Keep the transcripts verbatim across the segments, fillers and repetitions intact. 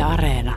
Yle Areena.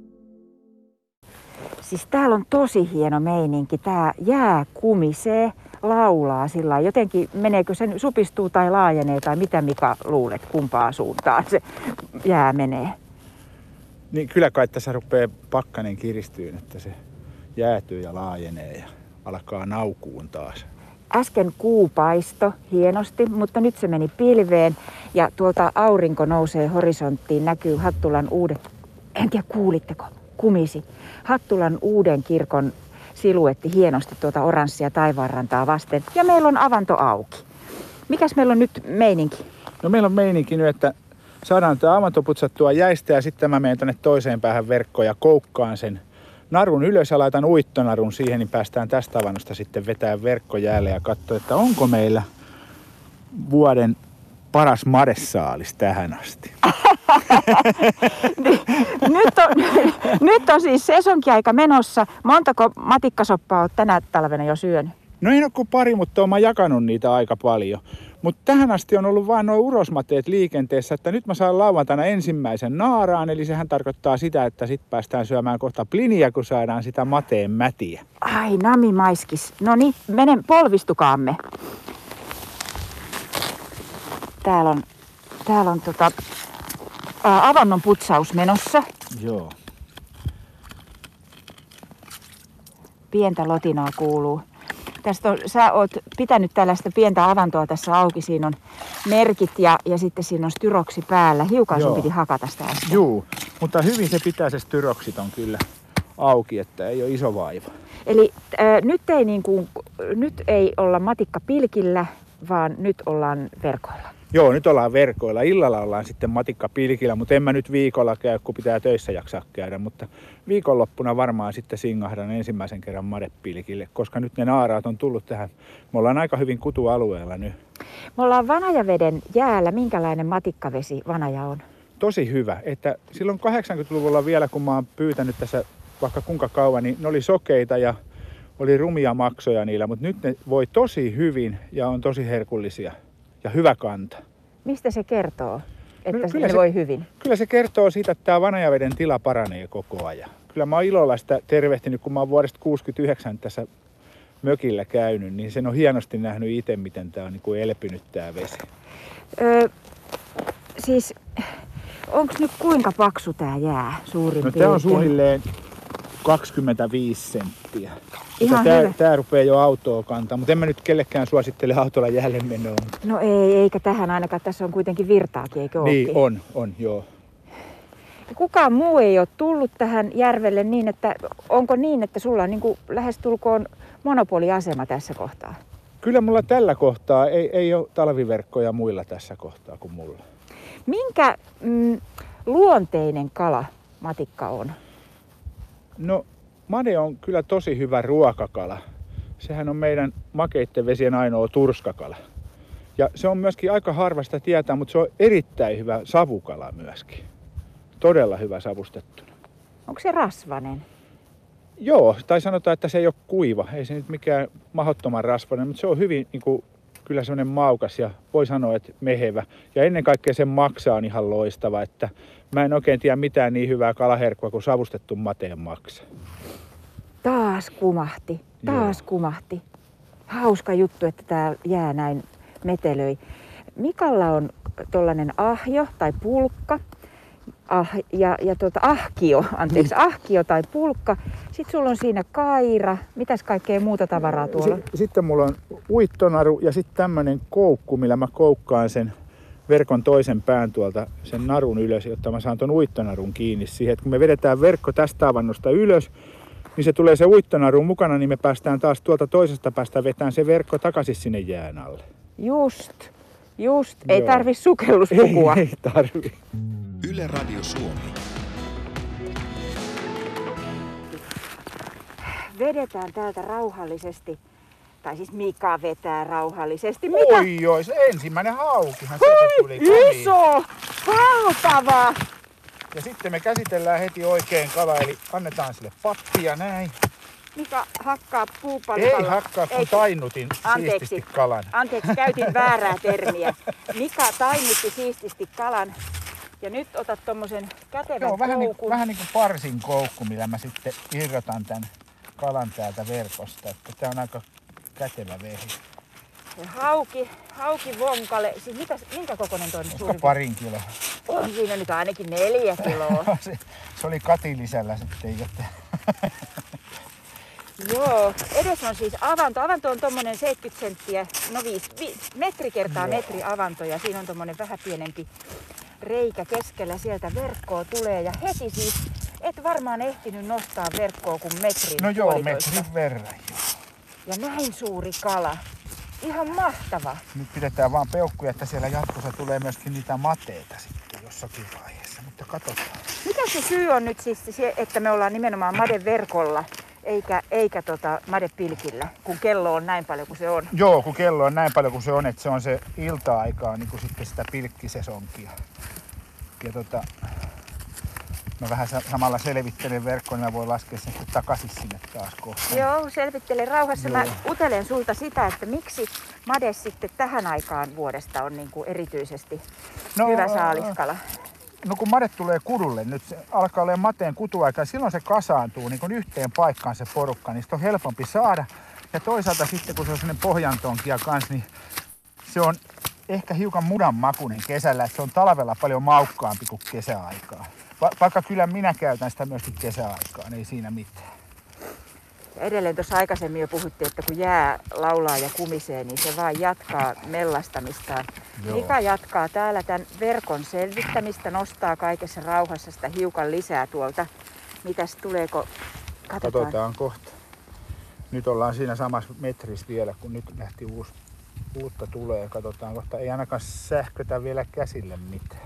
Siis täällä on tosi hieno meininki. Tää jää kumisee, laulaa sillä lailla. Jotenkin meneekö se supistuu tai laajenee tai mitä Mika luulet, kumpaan suuntaan se jää menee? Niin kyllä kai tässä rupeaa pakkanen kiristyyn, että se jäätyy ja laajenee ja alkaa naukuun taas. Äsken kuu paisto hienosti, mutta nyt se meni pilveen ja tuolta aurinko nousee horisonttiin, näkyy Hattulan uudet, en tiedä kuulitteko, kumisi. Hattulan uuden kirkon siluetti hienosti tuota oranssia taivaanrantaa vasten ja meillä on avanto auki. Mikäs meillä on nyt meininki? No meillä on meininki nyt, että saadaan tämä avanto putsattua jäistä ja sitten mä menen tänne toiseen päähän verkkoon ja koukkaan sen narun ylös ja laitan uittonarun siihen, niin päästään tästä avannosta sitten vetää verkko jäälle ja katsoa, että onko meillä vuoden paras madesaalis tähän asti. nyt, on, nyt on siis sesonkiaika menossa. Montako matikkasoppaa olet tänä talvena jo syönyt? No ei ole kuin pari, mutta olen jakanut niitä aika paljon. Mutta tähän asti on ollut vain nuo urosmateet liikenteessä, että nyt mä saan lauantaina ensimmäisen naaraan, eli sehän tarkoittaa sitä, että sit päästään syömään kohta pliniä, kun saadaan sitä mateen mätiä. Ai nami maiskis. No niin, menen polvistukaamme. Täällä on, täällä on tota, ää, avannon putsaus menossa. Joo. Pientä lotinaa kuuluu. Tästä on, sä oot pitänyt tällaista pientä avantoa tässä auki. Siinä on merkit ja, ja sitten siinä on styroksi päällä. Hiukan Joo. sun piti hakata sitä äsken. Juu, mutta hyvin se pitää se styroksiton kyllä auki, että ei ole iso vaiva. Eli äh, nyt, ei niin kuin, nyt ei olla matikka pilkillä, vaan nyt ollaan verkoilla. Joo, nyt ollaan verkoilla. Illalla ollaan sitten matikka pilkillä, mutta en mä nyt viikolla käy, kun pitää töissä jaksaa käydä. Mutta viikonloppuna varmaan sitten singahdan ensimmäisen kerran madepilkille, koska nyt ne naaraat on tullut tähän. Me ollaan aika hyvin kutualueella nyt. Me ollaan Vanajaveden jäällä. Minkälainen matikkavesi Vanaja on? Tosi hyvä, että silloin kahdeksankymmentäluvulla vielä, kun mä oon pyytänyt tässä vaikka kuinka kauan, niin ne oli sokeita ja oli rumia maksoja niillä, mutta nyt ne voi tosi hyvin ja on tosi herkullisia. Ja hyvä kanta. Mistä se kertoo, että no, ne se voi hyvin? Kyllä se kertoo siitä, että tämä Vanajaveden tila paranee koko ajan. Kyllä mä oon ilolla sitä tervehtinyt, kun mä oon vuodesta kuusikymmentäyhdeksän tässä mökillä käynyt, niin sen on hienosti nähnyt itse, miten tää on niin kuin elpynyt tää vesi. Öö, siis, onko nyt kuinka paksu tää jää suurin No piirtein? tää on suunnilleen kaksikymmentäviisi senttiä. Ihan tää, hyvä. tää rupeaa jo autoa kantaa, mutta en mä nyt kellekään suosittele autolla jäälle menoa. No ei, eikä tähän ainakaan. Tässä on kuitenkin virtaakin, eikö Niin, ookin? on, on, joo. Kukaan muu ei ole tullut tähän järvelle niin, että onko niin, että sulla on niin kuin lähestulkoon monopoliasema tässä kohtaa? Kyllä mulla tällä kohtaa ei, ei ole talviverkkoja muilla tässä kohtaa kuin mulla. Minkä mm, luonteinen kala matikka on? No, made on kyllä tosi hyvä ruokakala. Sehän on meidän makeitten vesien ainoa turskakala. Ja se on myöskin aika harvasta tietää, mutta se on erittäin hyvä savukala myöskin. Todella hyvä savustettuna. Onko se rasvanen? Joo, tai sanotaan, että se ei ole kuiva. Ei se nyt mikään mahdottoman rasvainen, mutta se on hyvin niin kuin, kyllä semmoinen maukas ja voi sanoa, että mehevä. Ja ennen kaikkea sen maksaa on ihan loistava, että mä en oikein tiedä mitään niin hyvää kalaherkkua kuin savustettu mateen maksa. Taas kumahti, taas Joo. kumahti. Hauska juttu, että tää jää näin metelöi. Mikalla on tollanen ahjo tai pulkka. Ah, ja, ja tuota, ahkio, anteeksi, ahkio tai pulkka. Sitten sulla on siinä kaira. Mitäs kaikkea muuta tavaraa tuolla? S- sitten mulla on uittonaru ja sitten tämmönen koukku, millä mä koukkaan sen verkon toisen pään tuolta sen narun ylös, jotta mä saan ton uittonarun kiinni siihen. Et kun me vedetään verkko tästä avannosta ylös, niin se tulee se uittonaru mukana, niin me päästään taas tuolta toisesta päästä vetään se verkko takaisin sinne jään alle. Just, just. Ei Joo. tarvi sukelluspukua. Ei, ei tarvi. Yle Radio Suomi. Vedetään täältä rauhallisesti. Tai siis Mika vetää rauhallisesti. Mitä? Oi, oi, se ensimmäinen haukihan sieltä tuli kotiin. Iso! Valtava! Ja sitten me käsitellään heti oikein kala, eli annetaan sille pappia näin. Mika hakkaa puupalkalla. Ei hakkaa, kun Ei, tainnutin anteeksi. siististi kalan. Anteeksi, käytin väärää termiä. Mika tainnutti siististi kalan. Ja nyt otat tommosen kätevän Joo, vähän, niin, koukun. vähän niin kuin parsin koukku, millä mä sitten irrotan tämän kalan täältä verkosta. Että tää on aika kätevä vehje. Ja hauki, hauki vonkale. Siis mitä, minkä kokoinen toi on Olisiko suurin? parin kilo? On siinä nyt ainakin neljä kiloa. se, se oli katin lisällä sitten, joten... Joo, edessä on siis avanto. Avanto on tommonen seitsemänkymmentä senttiä, no viisi, vi, metri kertaa Joo. metri avanto ja siinä on tommonen vähän pienempi reikä keskellä. Sieltä verkkoa tulee ja heti siis et varmaan ehtinyt nostaa verkkoa kuin metrin No joo, puolitoista. metrin verran. Joo. Ja näin suuri kala. Ihan mahtava. Nyt pidetään vaan peukkuja, että siellä jatkossa tulee myöskin niitä mateita sitten jossakin vaiheessa, mutta katsotaan. Mikä se syy on nyt siis se, että me ollaan nimenomaan madeverkolla eikä, eikä tota madepilkillä, kun kello on näin paljon kuin se on? Joo, kun kello on näin paljon kuin se on, että se on se ilta-aikaa niin kuin sitten sitä pilkkisesonkia. Ja tota, mä vähän samalla selvittelen verkkoa, niin mä voin laskea sen takaisin sinne taas kohtaan. Joo, selvittele rauhassa. Joo. Mä utelen sulta sitä, että miksi made sitten tähän aikaan vuodesta on niin kuin erityisesti No, hyvä saaliskala. No kun made tulee kudulle, nyt se alkaa olemaan mateen kutuaika, silloin se kasaantuu niin kun yhteen paikkaan se porukka, niin sitä on helpompi saada. Ja toisaalta sitten kun se on sellainen pohjantonkia kanssa, niin se on ehkä hiukan mudan makuinen kesällä, että se on talvella paljon maukkaampi kuin kesäaikaa. Va- vaikka kyllä minä käytän sitä myöskin kesäaikaan, ei siinä mitään. Ja edelleen tuossa aikaisemmin jo puhuttiin, että kun jää laulaa ja kumisee, niin se vaan jatkaa mellastamistaan. Joo. Mika jatkaa täällä tämän verkon selvittämistä, nostaa kaikessa rauhassa sitä hiukan lisää tuolta. Mitäs tuleeko? Katsotaan. Katsotaan kohta. Nyt ollaan siinä samassa metrissä vielä, kun nyt lähti uusi, uutta tulee. Katsotaan kohta. Ei ainakaan sähkötä vielä käsille mitään.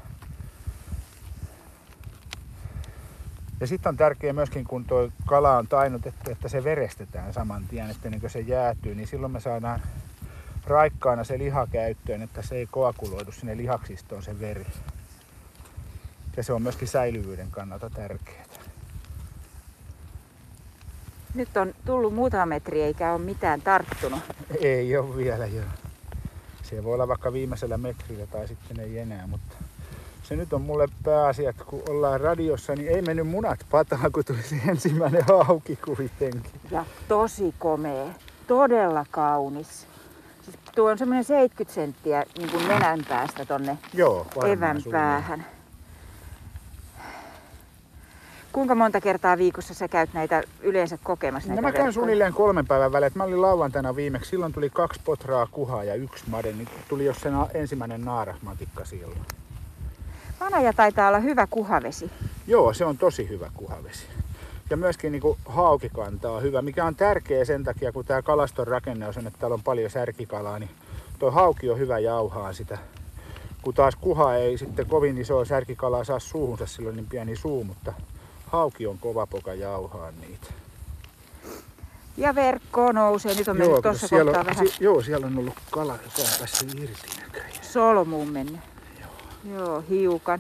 Ja sitten on tärkeää myöskin, kun tuo kala on tainnutettu, että se verestetään saman tien, että niin kun se jäätyy, niin silloin me saadaan raikkaana se liha käyttöön, että se ei koaguloidu sinne lihaksistoon se veri. Ja se on myöskin säilyvyyden kannalta tärkeää. Nyt on tullut muutama metri eikä ole mitään tarttunut. Ei ole vielä, joo. Se voi olla vaikka viimeisellä metrillä tai sitten ei enää, mutta se nyt on mulle pääasia, että kun ollaan radiossa, niin ei mennyt munat pataan, kun tuli se ensimmäinen hauki kuitenkin. Ja tosi komea. Todella kaunis. Siis tuo on semmoinen seitsemänkymmentä senttiä niin kuin nenän päästä tonne Joo, varmaan evän suunnilleen. päähän. Kuinka monta kertaa viikossa sä käyt näitä yleensä kokemassa No näitä mä käyn verkkoja? suunnilleen kolmen päivän välein. Mä olin lauantaina viimeksi. Silloin tuli kaksi potraa kuhaa ja yksi made. Niin tuli jo se na- ensimmäinen naarasmatikka silloin. Vanaja taitaa olla hyvä kuhavesi. Joo, se on tosi hyvä kuhavesi. Ja myöskin niin kuin haukikanta on hyvä, mikä on tärkeä sen takia, kun tämä kalaston rakenne on sen, että täällä on paljon särkikalaa, niin tuo hauki on hyvä jauhaa sitä. Kun taas kuha ei sitten kovin isoa särkikalaa saa suuhunsa, silloin niin pieni suu, mutta hauki on kova poka jauhaa niitä. Ja verkko nousee. Nyt on Joo, mennyt kato, tuossa siellä kohtaa on, vähän si- joo, siellä on ollut kala, joka on päässyt irti näköjään. solmuun mennyt. Joo. Joo, hiukan.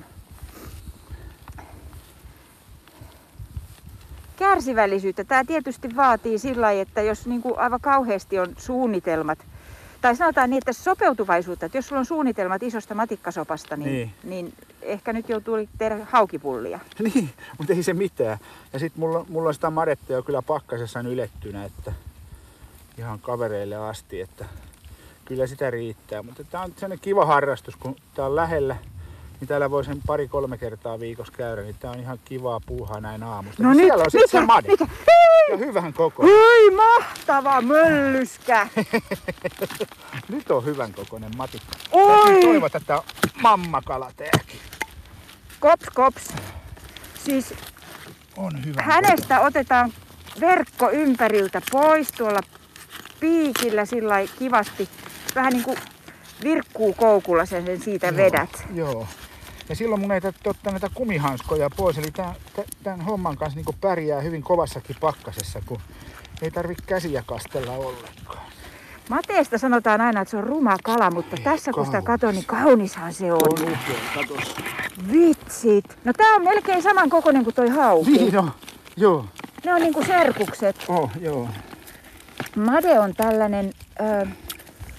Kärsivällisyyttä. Tämä tietysti vaatii sillä lailla, että jos niin kuin aivan kauheasti on suunnitelmat, tai sanotaan niin, että sopeutuvaisuutta, että jos sulla on suunnitelmat isosta matikkasopasta, niin, Niin. niin ehkä nyt joutuu tehdä haukipullia. Niin, mutta ei se mitään. Ja sit mulla, mulla on sitä madetta jo kyllä pakkasessa ylettynä, että ihan kavereille asti, että kyllä sitä riittää. Mutta tää on sellainen kiva harrastus, kun tää on lähellä, niin täällä voi sen pari-kolme kertaa viikossa käydä, niin tää on ihan kivaa puuhaa näin aamusta. No Ja nyt, siellä on sitten se mikä, made. mikä? Ja hyvän koko. Hyi, mahtava möllyskä! Nyt on hyvän kokoinen matikka. Oi! Täytyy toivoa, että tää on mammakala tääkin. Kops, kops. Siis On hyvän hänestä otetaan verkko ympäriltä pois tuolla piikillä sillä lailla kivasti. Vähän niin kuin virkkuu koukulla sen, sen siitä Joo, vedät. Joo. Ja silloin mun ei tarvitse ottaa näitä kumihanskoja pois. Eli tämän, tämän homman kanssa niin pärjää hyvin kovassakin pakkasessa, kun ei tarvitse käsiä kastella ollenkaan. Mateesta sanotaan aina, että se on ruma kala, mutta Ei, tässä kun sitä kaunis. katsoo, niin kaunishan se on. On upea, katos. Vitsit! No tää on melkein saman kokoinen kuin toi hauki. Niin on, joo. Ne on niinku serkukset. Oh, joo. Made on tällainen ö,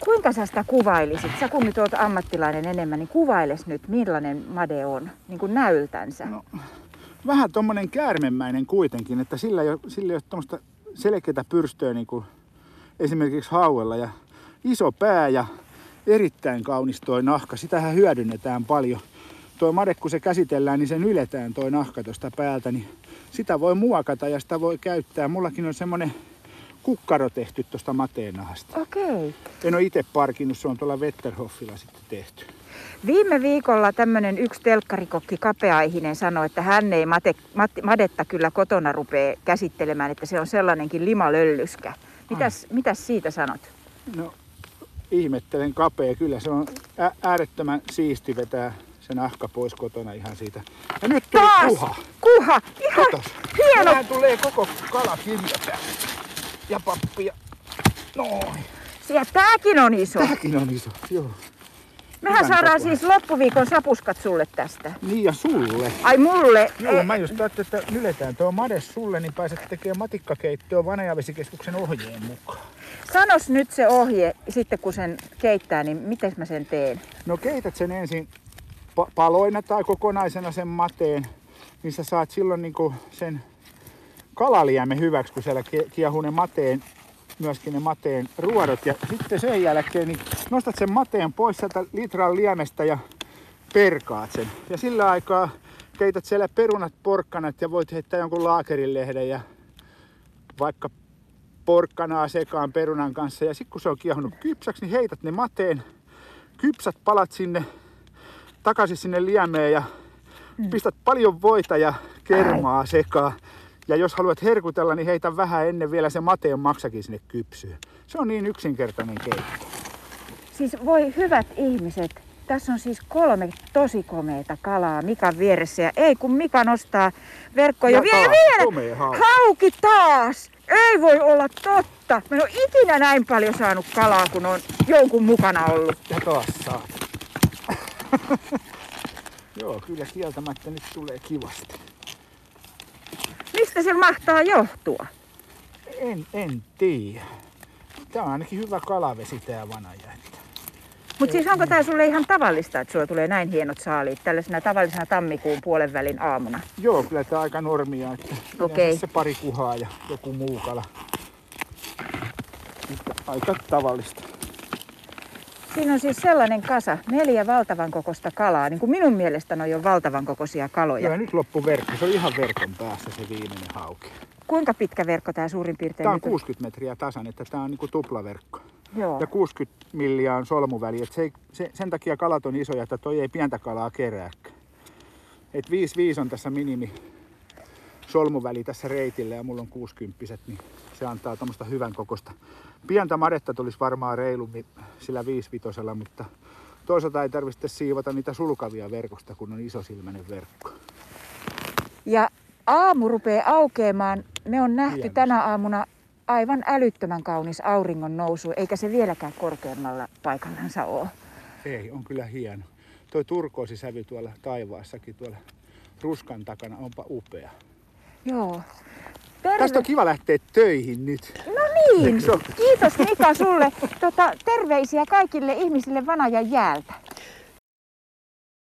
Kuinka sä sitä kuvailisit? Sä kun nyt oot ammattilainen enemmän, niin kuvailes nyt, millainen made on, niin kuin näyltänsä. No, vähän tommonen käärmemäinen kuitenkin, että sillä ei ole, sillä ei ole tommoista selkeätä pyrstöä niin kuin esimerkiksi hauella. Ja iso pää ja erittäin kaunis toi nahka, sitähän hyödynnetään paljon. Toi made, kun se käsitellään, niin sen yletään toi nahka tuosta päältä, niin sitä voi muokata ja sitä voi käyttää. Mullakin on semmonen kukkaro tehty tuosta mateenahasta. Okei. En ole itse parkinnut, se on tuolla Wetterhoffilla sitten tehty. Viime viikolla tämmönen yksi telkkarikokki Kapeaihinen sanoi, että hän ei mate, mate, madetta kyllä kotona rupee käsittelemään, että se on sellainenkin limalöllyskä. Mitäs, ah. mitäs siitä sanot? No, ihmettelen Kapea. Kyllä se on ä- äärettömän siisti vetää se nahka pois kotona ihan siitä. Ja nyt tuli Taas! kuha. Kuha! Ihan Katos. hieno! Tähän tulee koko kalakirja täällä. Ja pappia. Noin. Ja tääkin on iso. Tääkin on iso, joo. Mehän Hyvän saadaan kokoinen. siis loppuviikon sapuskat sulle tästä. Niin ja sulle. Ai mulle? Joo, Eh, mä just ajattelin, että yletään tuo made sulle, niin pääset tekemään matikkakeittoa Vanajavesikeskuksen ohjeen mukaan. Sanos nyt se ohje, sitten kun sen keittää, niin miten mä sen teen? No keität sen ensin pa- paloina tai kokonaisena sen mateen, niin sä saat silloin niinku sen kalaliemen hyväksi, kun siellä kie- kiehuu ne mateen, myöskin ne mateen ruodot. Ja sitten sen jälkeen niin nostat sen mateen pois sieltä litran liemestä ja perkaat sen. Ja sillä aikaa keität siellä perunat, porkkanat ja voit heittää jonkun laakerilehden ja vaikka porkkanaa sekaan perunan kanssa. Ja sitten kun se on kiehunut kypsäksi, niin heität ne mateen. Kypsät palat sinne takaisin sinne liemeen ja mm. pistät paljon voita ja kermaa sekaan. Ja jos haluat herkutella, niin heitä vähän ennen vielä se mateen maksakin sinne kypsyyn. Se on niin yksinkertainen keitto. Siis voi hyvät ihmiset, tässä on siis kolme tosi komeita kalaa Mikan vieressä. Ja ei kun Mika nostaa verkkoja. Ja Vielä, taas vielä! komea hauki. Hauki taas! Ei voi olla totta. Mä en ole ikinä näin paljon saanut kalaa, kun on jonkun mukana ollut. Ja taas saat. Joo, kyllä kieltämättä nyt tulee kivasti. Mistä se mahtaa johtua? En, en tiedä. Tää on ainakin hyvä kalavesi tää Vanaja. Mutta siis onko tää sulle ihan tavallista, että sulla tulee näin hienot saaliit tällaisena tavallisena tammikuun puolen välin aamuna? Joo, kyllä tää aika normia, että Okei. se pari kuhaa ja joku muu kala. Mutta aika tavallista. Siinä on siis sellainen kasa, neljä valtavan kokoista kalaa. Niin kuin minun mielestä ne on jo valtavan kokoisia kaloja. Ja nyt loppu verkko. Se on ihan verkon päässä se viimeinen hauki. Kuinka pitkä verkko tää suurin piirtein Tää on nyt on? kuusikymmentä metriä tasan, että tää on niinku tuplaverkko. Joo. Ja kuusikymmentä milliä on solmuväli. Et se ei, se, sen takia kalat on isoja, että toi ei pientä kalaa kerääkään. Et viisi viisi on tässä minimi solmuväli tässä reitillä ja mulla on kuusikymppiset, niin se antaa tommoista hyvän kokosta. Pientä madetta tulisi varmaan reilummin sillä viisivitosella, mutta toisaalta ei tarvitse siivota niitä sulkavia verkosta, kun on isosilmäinen verkko. Ja aamu rupeaa aukeamaan. Me on nähty Hienosti. tänä aamuna aivan älyttömän kaunis auringon nousu, eikä se vieläkään korkeammalla paikallansa ole. Ei, on kyllä hieno. Toi turkoosisävy tuolla taivaassakin, tuolla ruskan takana, onpa upea. Joo. Terve. Tästä on kiva lähteä töihin nyt. No niin, Eikö se ole? kiitos Mika sulle. Tota, terveisiä kaikille ihmisille Vanajan jäältä.